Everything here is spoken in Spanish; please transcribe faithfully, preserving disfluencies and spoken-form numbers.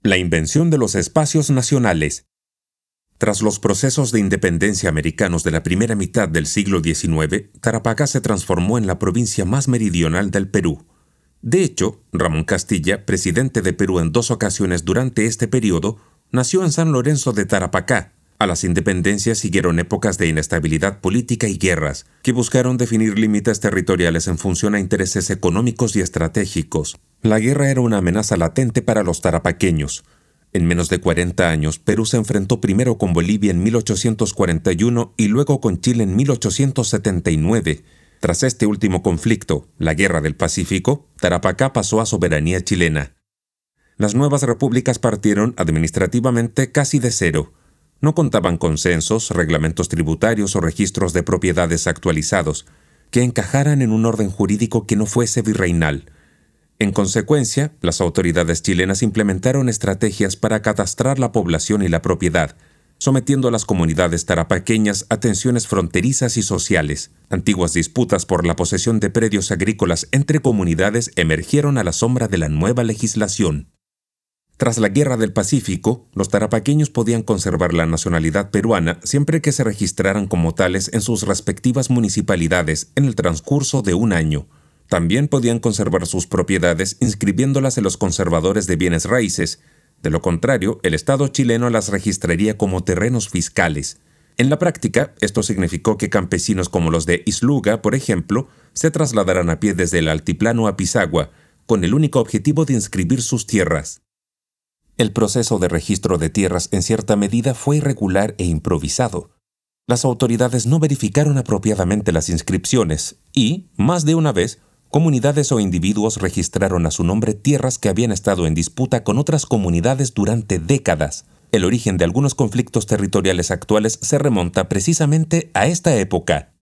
La invención de los espacios nacionales. Tras los procesos de independencia americanos de la primera mitad del siglo diecinueve, Tarapacá se transformó en la provincia más meridional del Perú. De hecho, Ramón Castilla, presidente de Perú en dos ocasiones durante este periodo, nació en San Lorenzo de Tarapacá. A las independencias siguieron épocas de inestabilidad política y guerras, que buscaron definir límites territoriales en función a intereses económicos y estratégicos. La guerra era una amenaza latente para los tarapaqueños. En menos de cuarenta años, Perú se enfrentó primero con Bolivia en mil ochocientos cuarenta y uno y luego con Chile en mil ochocientos setenta y nueve. Tras este último conflicto, la Guerra del Pacífico, Tarapacá pasó a soberanía chilena. Las nuevas repúblicas partieron administrativamente casi de cero. No contaban con censos, reglamentos tributarios o registros de propiedades actualizados, que encajaran en un orden jurídico que no fuese virreinal. En consecuencia, las autoridades chilenas implementaron estrategias para catastrar la población y la propiedad, sometiendo a las comunidades tarapaqueñas a tensiones fronterizas y sociales. Antiguas disputas por la posesión de predios agrícolas entre comunidades emergieron a la sombra de la nueva legislación. Tras la Guerra del Pacífico, los tarapaqueños podían conservar la nacionalidad peruana siempre que se registraran como tales en sus respectivas municipalidades en el transcurso de un año. También podían conservar sus propiedades inscribiéndolas en los conservadores de bienes raíces. De lo contrario, el Estado chileno las registraría como terrenos fiscales. En la práctica, esto significó que campesinos como los de Isluga, por ejemplo, se trasladaran a pie desde el altiplano a Pisagua, con el único objetivo de inscribir sus tierras. El proceso de registro de tierras en cierta medida fue irregular e improvisado. Las autoridades no verificaron apropiadamente las inscripciones y, más de una vez, comunidades o individuos registraron a su nombre tierras que habían estado en disputa con otras comunidades durante décadas. El origen de algunos conflictos territoriales actuales se remonta precisamente a esta época.